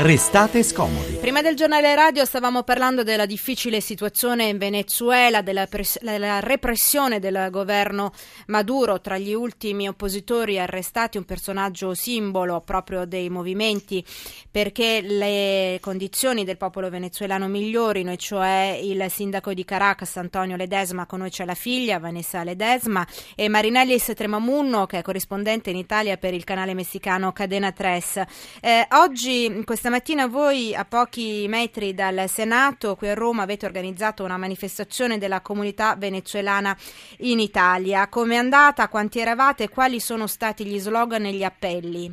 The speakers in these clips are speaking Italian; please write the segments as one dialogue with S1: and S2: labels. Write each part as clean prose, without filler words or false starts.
S1: Restate scomodi.
S2: Prima del giornale radio stavamo parlando della difficile situazione in Venezuela, della repressione del governo Maduro. Tra gli ultimi oppositori arrestati un personaggio simbolo proprio dei movimenti perché le condizioni del popolo venezuelano migliorino, e cioè il sindaco di Caracas Antonio Ledesma. Con noi c'è la figlia Vanessa Ledesma e Marinellis Tremamunno, che è corrispondente in Italia per il canale messicano Cadena Tres. Oggi, questa mattina, voi a pochi metri dal Senato qui a Roma avete organizzato una manifestazione della comunità venezuelana in Italia. Come è andata? Quanti eravate? Quali sono stati gli slogan e gli appelli?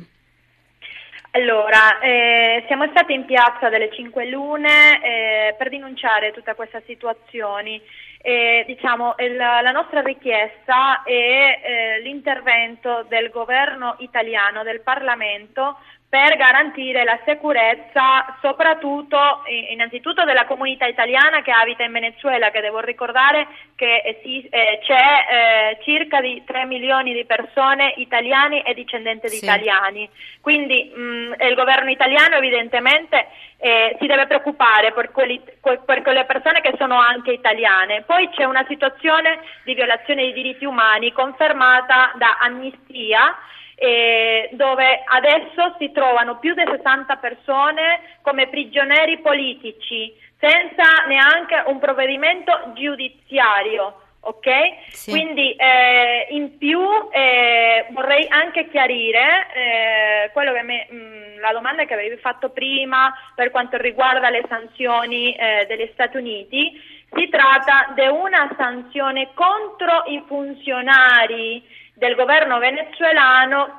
S3: Allora, siamo stati in piazza delle 5 Lune per denunciare tutta questa situazione. La nostra richiesta è l'intervento del governo italiano, del Parlamento, per garantire la sicurezza soprattutto, innanzitutto della comunità italiana che abita in Venezuela, che devo ricordare che c'è circa di 3 milioni di persone italiani e discendenti di italiani. Quindi il governo italiano evidentemente si deve preoccupare per quelle persone che sono anche italiane. Poi c'è una situazione di violazione dei diritti umani confermata da Amnistia, dove adesso si trovano più di 60 persone come prigionieri politici senza neanche un provvedimento giudiziario, ok? Sì. Quindi in più vorrei anche chiarire quello che la domanda che avevi fatto prima per quanto riguarda le sanzioni degli Stati Uniti. Si tratta di una sanzione contro i funzionari del governo venezuelano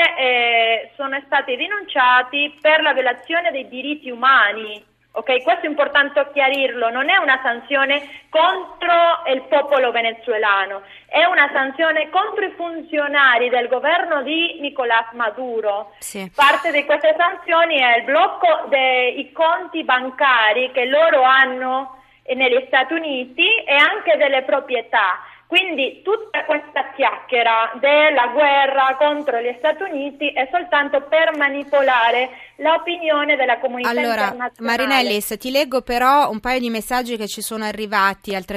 S3: che sono stati denunciati per la violazione dei diritti umani. Ok, questo è importante chiarirlo, non è una sanzione contro il popolo venezuelano, è una sanzione contro i funzionari del governo di Nicolás Maduro. Sì. Parte di queste sanzioni è il blocco dei conti bancari che loro hanno negli Stati Uniti e anche delle proprietà. Quindi tutta questa chiacchiera della guerra contro gli Stati Uniti è soltanto per manipolare l'opinione della comunità internazionale.
S2: Marinellis, ti leggo però un paio di messaggi che ci sono arrivati al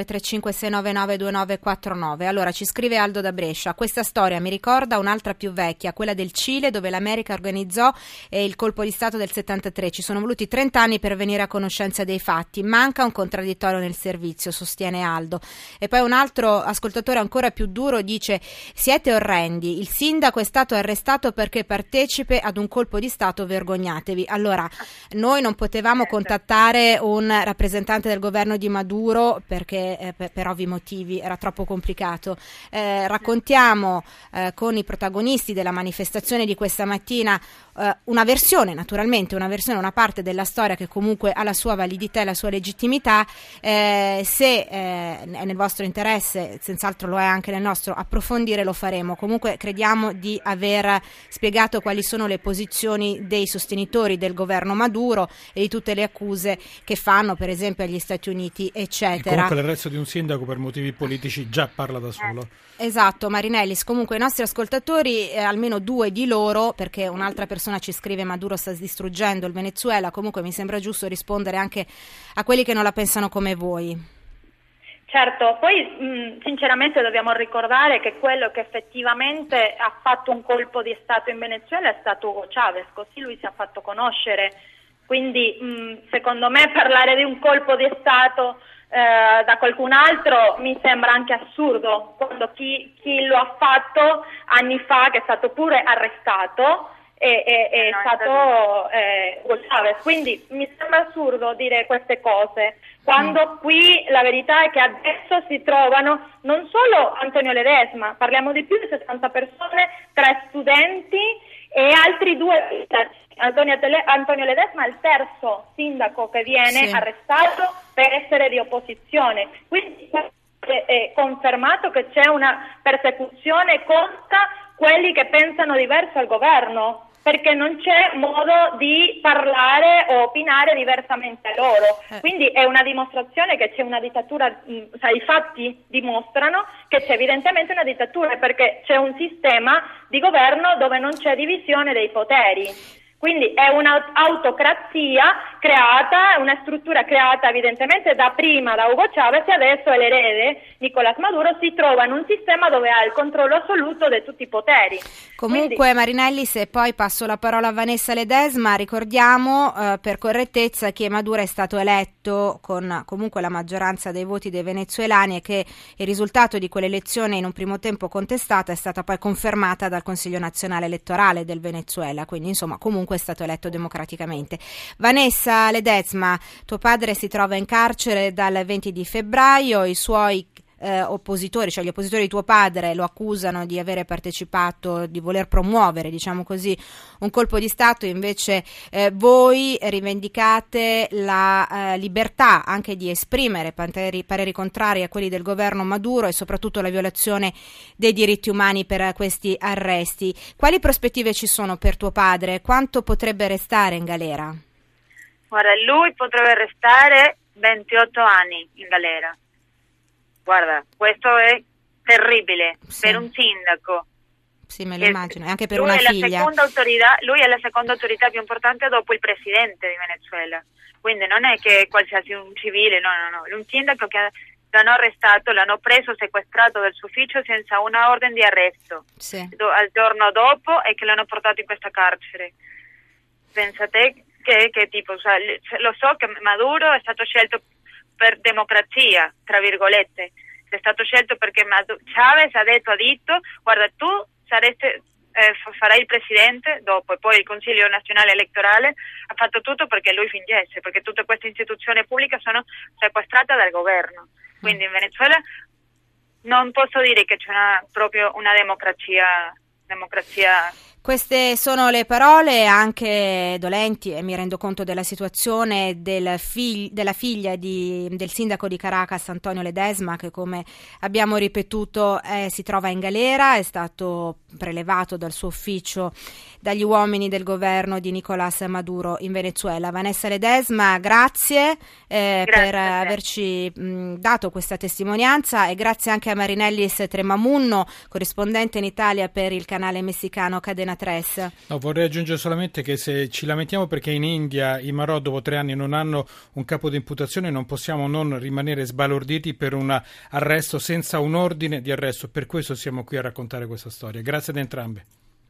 S2: 335-699-2949. Allora, ci scrive Aldo da Brescia: questa storia mi ricorda un'altra più vecchia, quella del Cile, dove l'America organizzò il colpo di Stato del 73. Ci sono voluti 30 anni per venire a conoscenza dei fatti. Manca un contraddittorio nel servizio, sostiene Aldo. E poi un altro ascoltatore ancora più duro dice: siete orrendi, il sindaco è stato arrestato perché partecipe ad un colpo di Stato, vergognatevi. Allora, noi non potevamo contattare un rappresentante del governo di Maduro perché per ovvi motivi era troppo complicato. Raccontiamo con i protagonisti della manifestazione di questa mattina una versione, una parte della storia che comunque ha la sua validità e la sua legittimità. Se è nel vostro interesse, senz'altro lo è anche nel nostro, approfondire, lo faremo. Comunque crediamo di aver spiegato quali sono le posizioni dei sostenitori del governo Maduro e di tutte le accuse che fanno, per esempio, agli Stati Uniti, eccetera. E
S4: comunque l'arresto di un sindaco per motivi politici già parla da solo.
S2: Esatto, Marinellis. Comunque i nostri ascoltatori, almeno due di loro, perché un'altra persona ci scrive: Maduro sta distruggendo il Venezuela. Comunque mi sembra giusto rispondere anche a quelli che non la pensano come voi.
S3: Certo, poi sinceramente dobbiamo ricordare che quello che effettivamente ha fatto un colpo di Stato in Venezuela è stato Hugo Chavez, così lui si è fatto conoscere. Quindi secondo me parlare di un colpo di Stato da qualcun altro mi sembra anche assurdo, quando chi lo ha fatto anni fa, che è stato pure arrestato, è stato Hugo Chavez. Quindi mi sembra assurdo dire queste cose, quando qui la verità è che adesso si trovano non solo Antonio Ledesma, parliamo di più di 60 persone, 3 studenti e altri 2 Antonio Ledesma è il terzo sindaco che viene arrestato per essere di opposizione. Quindi è confermato che c'è una persecuzione contro quelli che pensano diverso al governo, perché non c'è modo di parlare o opinare diversamente a loro. Quindi è una dimostrazione che c'è una dittatura, i fatti dimostrano che c'è evidentemente una dittatura, perché c'è un sistema di governo dove non c'è divisione dei poteri. Quindi è un'autocrazia creata, una struttura creata evidentemente da prima da Hugo Chavez, e adesso l'erede Nicolás Maduro si trova in un sistema dove ha il controllo assoluto di tutti i poteri.
S2: Comunque, quindi, Marinelli, se poi passo la parola a Vanessa Ledesma, ricordiamo per correttezza che Maduro è stato eletto con comunque la maggioranza dei voti dei venezuelani e che il risultato di quell'elezione in un primo tempo contestata è stata poi confermata dal Consiglio Nazionale Elettorale del Venezuela, quindi insomma comunque è stato eletto democraticamente. Vanessa Ledesma, tuo padre si trova in carcere dal 20 di febbraio, i suoi oppositori, cioè gli oppositori di tuo padre, lo accusano di avere partecipato, di voler promuovere, diciamo così, un colpo di Stato. Invece voi rivendicate la libertà anche di esprimere pareri contrari a quelli del governo Maduro e soprattutto la violazione dei diritti umani per questi arresti. Quali prospettive ci sono per tuo padre? Quanto potrebbe restare in galera?
S1: Guarda, lui potrebbe restare 28 anni in galera. Guarda, questo è terribile, sì, per un sindaco.
S2: Sì, me lo immagino, e anche per una figlia.
S1: Lui è la seconda autorità più importante dopo il presidente di Venezuela. Quindi non è che qualsiasi un civile, no. Un sindaco che l'hanno arrestato, l'hanno preso, sequestrato dal suo ufficio senza una ordine di arresto.
S2: Sì.
S1: Al giorno dopo e che l'hanno portato in questa carcere. Pensate che tipo, lo so che Maduro è stato scelto per democrazia, tra virgolette, è stato scelto perché Chavez ha detto, guarda, tu farai il presidente dopo, e poi il Consiglio Nazionale Elettorale ha fatto tutto perché lui fingesse, perché tutte queste istituzioni pubbliche sono sequestrate dal governo. Quindi in Venezuela non posso dire che c'è proprio una democrazia.
S2: Queste sono le parole anche dolenti, e mi rendo conto della situazione della figlia del sindaco di Caracas, Antonio Ledesma, che come abbiamo ripetuto si trova in galera, è stato prelevato dal suo ufficio dagli uomini del governo di Nicolás Maduro in Venezuela. Vanessa Ledesma, grazie per averci dato questa testimonianza, e grazie anche a Marinellis Tremamunno, corrispondente in Italia per il canale messicano Cadena 3.
S4: No, vorrei aggiungere solamente che se ci lamentiamo perché in India i Marò dopo 3 anni non hanno un capo di imputazione, non possiamo non rimanere sbalorditi per un arresto senza un ordine di arresto. Per questo siamo qui a raccontare questa storia. Grazie ad entrambi.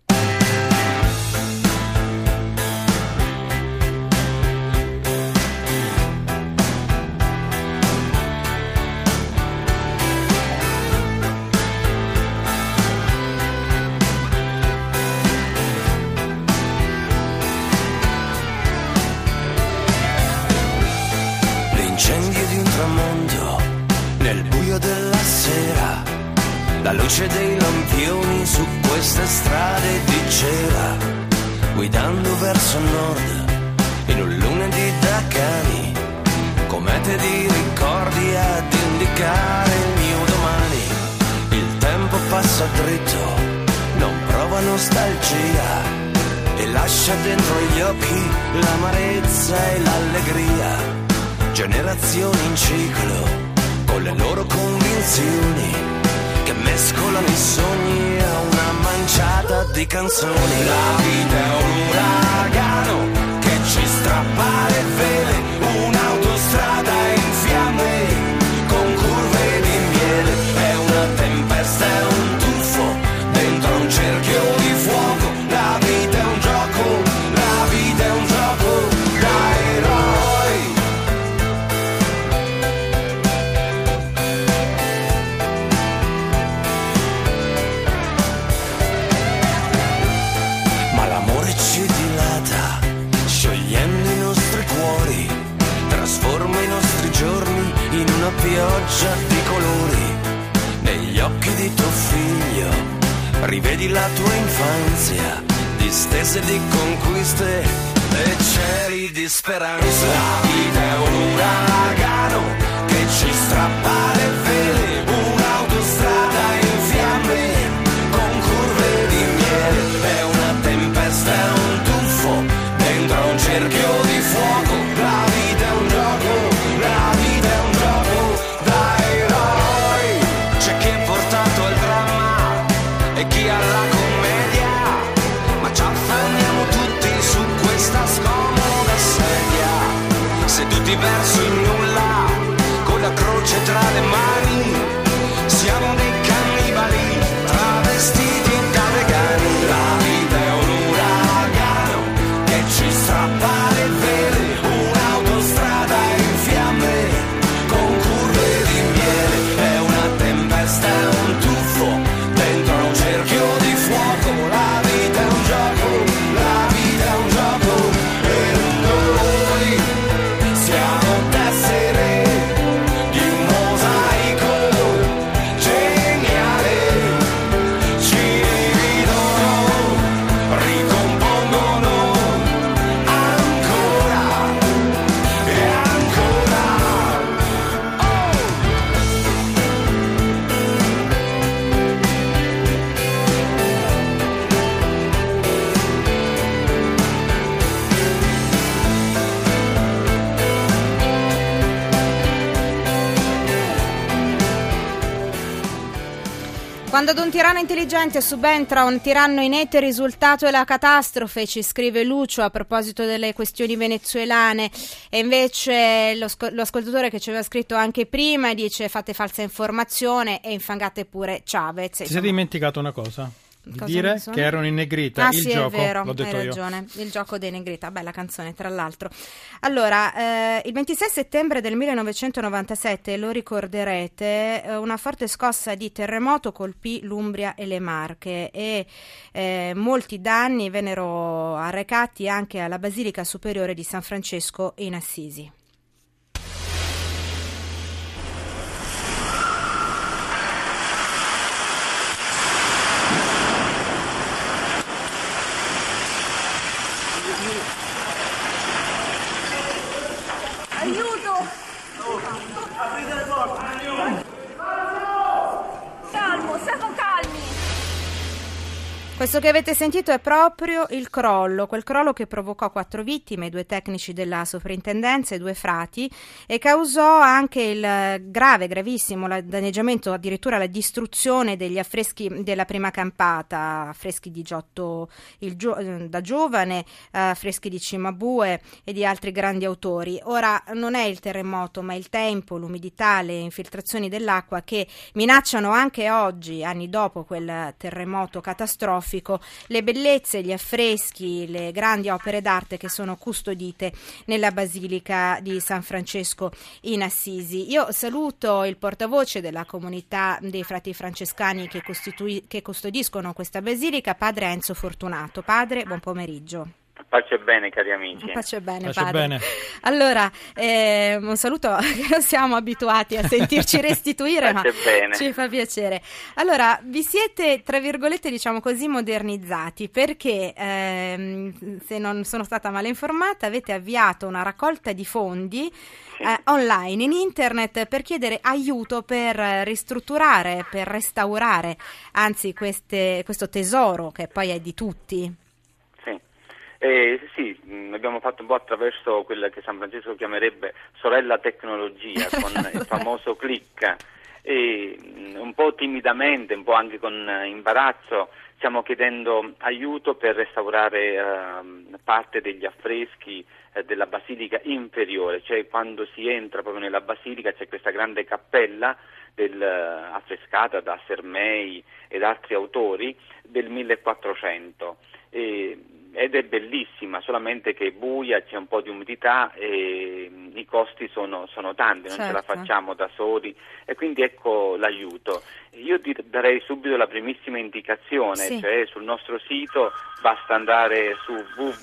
S5: L'incendio di un tramonto nel buio della sera, la luce dei lampioni su queste strade di cera, guidando verso nord in un lunedì da cani, comete di ricordi ad indicare il mio domani. Il tempo passa dritto, non prova nostalgia e lascia dentro gli occhi l'amarezza e l'allegria. Generazioni in ciclo, con le loro convinzioni, che mescolano i sogni a una manciata di canzoni. La vita è un uragano che ci strappa le vele, un'autostrada in fiamme, con curve di miele. È una tempesta, è un tuffo, dentro un cerchio di fuoco. La vita è un gioco, la vita è un gioco da eroi. Trasforma i nostri giorni in una pioggia di colori. Negli occhi di tuo figlio rivedi la tua infanzia, distese di conquiste e cieli di speranza. La vita è un uragano che ci strappa le vele, un'autostrada in fiamme con curve di miele. È una tempesta, è un tuffo dentro un cerchio di fuoco. La vita è un gioco, la vita è un gioco da eroi. C'è chi è portato al dramma e chi alla commedia, ma ci affanniamo tutti su questo tutti verso il nulla, con la croce tra le mani, siamo dei cannibali travestiti da vegani. La vita è un uragano che ci strappa le vele, un'autostrada in fiamme con curve di miele, è una tempesta, è un tuffo dentro un cerchio di fuoco. La vita è un gioco, la vita è un gioco, e noi siamo tessere di un mosaico geniale. Ci dividono, ricompongono ancora e ancora.
S2: Quando ad un tiranno intelligente subentra un tiranno inetto, il risultato è la catastrofe, ci scrive Lucio a proposito delle questioni venezuelane. E invece lo ascoltatore che ci aveva scritto anche prima dice: fate falsa informazione e infangate pure Chavez.
S4: Ti sei dimenticato una cosa? Di dire che erano in negrita il
S2: sì,
S4: gioco,
S2: è vero,
S4: l'ho detto
S2: hai ragione, il gioco dei Negrita, bella canzone tra l'altro. Allora, il 26 settembre del 1997, lo ricorderete, una forte scossa di terremoto colpì l'Umbria e le Marche e molti danni vennero arrecati anche alla Basilica Superiore di San Francesco in Assisi.
S6: Aiuto! Aprite le porte! Calmo, siamo calmi!
S2: Questo che avete sentito è proprio il crollo, quel crollo che provocò 4 vittime, 2 tecnici della soprintendenza e 2 frati, e causò anche il gravissimo danneggiamento, addirittura la distruzione degli affreschi della prima campata, affreschi di Giotto da giovane, affreschi di Cimabue e di altri grandi autori. Ora non è il terremoto, ma il tempo, l'umidità, le infiltrazioni dell'acqua che minacciano anche oggi, anni dopo quel terremoto catastrofico, le bellezze, gli affreschi, le grandi opere d'arte che sono custodite nella Basilica di San Francesco in Assisi. Io saluto il portavoce della comunità dei frati francescani che custodiscono questa basilica, padre Enzo Fortunato. Padre, buon pomeriggio.
S7: Pace e bene, cari amici.
S2: Pace e bene,
S4: Pace
S2: padre.
S4: bene.
S2: Allora, un saluto che non siamo abituati a sentirci restituire, ma
S7: bene.
S2: Ci fa piacere. Allora, vi siete, tra virgolette, diciamo così, modernizzati, perché, se non sono stata male informata, avete avviato una raccolta di fondi online, in internet, per chiedere aiuto per ristrutturare, per restaurare, anzi, questo tesoro che poi è di tutti.
S7: Sì, abbiamo fatto un po' attraverso quella che San Francesco chiamerebbe sorella tecnologia, con il famoso click, e un po' timidamente, un po' anche con imbarazzo, stiamo chiedendo aiuto per restaurare parte degli affreschi della Basilica inferiore, cioè quando si entra proprio nella Basilica c'è questa grande cappella affrescata da Sermei ed altri autori del 1400. Ed è bellissima, solamente che è buia, c'è un po' di umidità e i costi sono tanti, non ce la facciamo da soli, e quindi ecco l'aiuto. Io darei subito la primissima indicazione, cioè sul nostro sito basta andare su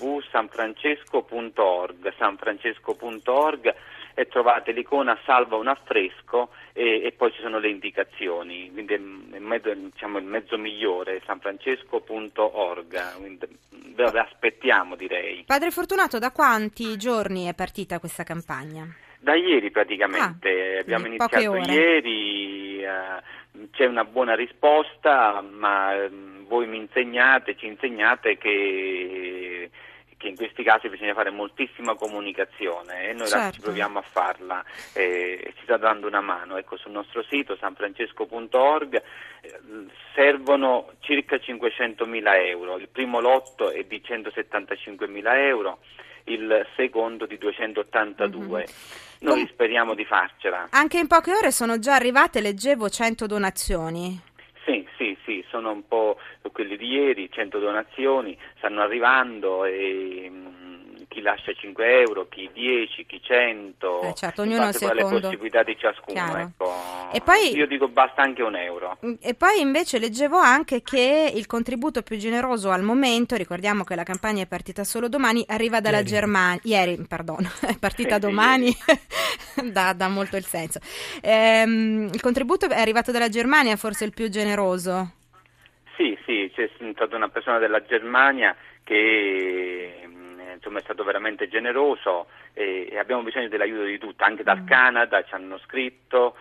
S7: www.sanfrancesco.org e trovate l'icona salva un affresco e poi ci sono le indicazioni, quindi il mezzo migliore, sanfrancesco.org, quindi ve aspettiamo, direi.
S2: Padre Fortunato, da quanti giorni è partita questa campagna?
S7: Da ieri praticamente, abbiamo iniziato ieri, c'è una buona risposta, ma voi ci insegnate che in questi casi bisogna fare moltissima comunicazione e noi ci proviamo a farla, ci sta dando una mano. Ecco, sul nostro sito sanfrancesco.org servono circa 500.000 euro, il primo lotto è di 175.000 euro il secondo di 282. Noi speriamo di farcela.
S2: Anche in poche ore sono già arrivate, leggevo, 100 donazioni.
S7: Sì, sono un po' quelli di ieri, 100 donazioni, stanno arrivando e chi lascia 5 euro, chi 10, chi 100,
S2: certo, ognuno secondo
S7: le possibilità di ciascuno. Ecco.
S2: E poi,
S7: io dico basta anche €1.
S2: E poi invece leggevo anche che il contributo più generoso al momento, ricordiamo che la campagna è partita solo domani, arriva dalla Germania, ieri, perdono, è partita domani, dà molto il senso. Il contributo è arrivato dalla Germania, forse il più generoso.
S7: Sì, c'è stata una persona della Germania che insomma è stato veramente generoso e abbiamo bisogno dell'aiuto di tutti, anche dal Canada ci hanno scritto.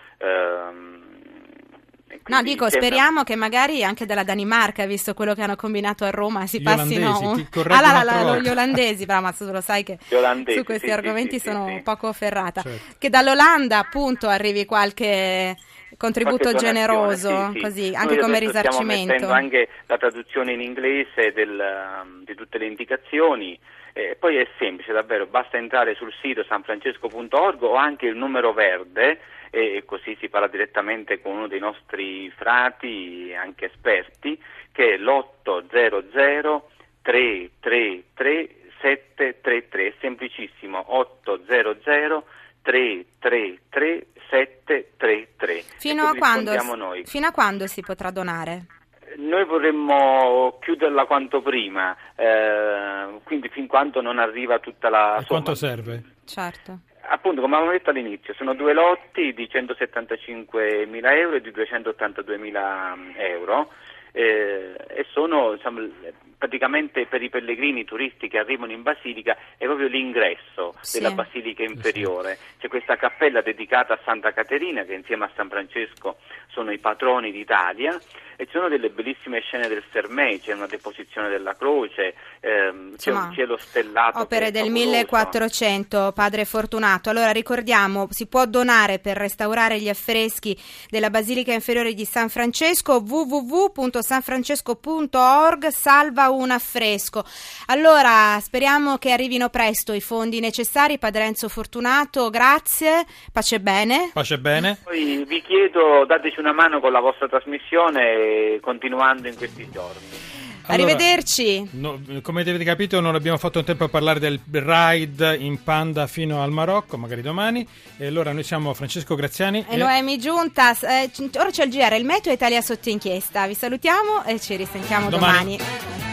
S2: No, dico, speriamo che magari anche dalla Danimarca, visto quello che hanno combinato a Roma, si passino. Gli olandesi, bravo, ma tu lo sai che su questi argomenti sono poco ferrata. Certo. Che dall'Olanda appunto arrivi qualche contributo generoso, così anche come risarcimento.
S7: Stiamo mettendo anche la traduzione in inglese di tutte le indicazioni. Poi è semplice, davvero, basta entrare sul sito sanfrancesco.org o anche il numero verde e così si parla direttamente con uno dei nostri frati, anche esperti, che è l'800 333 733, è semplicissimo, 800 333 733.
S2: Fino a quando si potrà donare?
S7: Noi vorremmo chiuderla quanto prima, quindi fin quando non arriva tutta la somma.
S4: Quanto serve?
S2: Certo.
S7: Appunto, come avevamo detto all'inizio, sono 2 lotti di 175.000 euro e di 282.000 euro e sono praticamente per i pellegrini, i turisti che arrivano in Basilica è proprio l'ingresso della Basilica inferiore. C'è questa cappella dedicata a Santa Caterina che insieme a San Francesco sono i patroni d'Italia e ci sono delle bellissime scene del Sermei, c'è una deposizione della croce, c'è un cielo stellato.
S2: Opere del 1400, Padre Fortunato. Allora ricordiamo, si può donare per restaurare gli affreschi della Basilica inferiore di San Francesco, www.sanfrancesco.org, salva un affresco. Allora speriamo che arrivino presto i fondi necessari. Padre Enzo Fortunato, grazie, pace bene.
S7: Poi vi chiedo, dateci una mano con la vostra trasmissione continuando in questi giorni.
S2: Allora, arrivederci.
S4: Come avete capito non abbiamo fatto in tempo a parlare del ride in Panda fino al Marocco, magari domani. E allora noi siamo Francesco Graziani
S2: e Noemi Giunta. Ora c'è il GR, il meteo Italia sotto inchiesta. Vi salutiamo e ci risentiamo domani.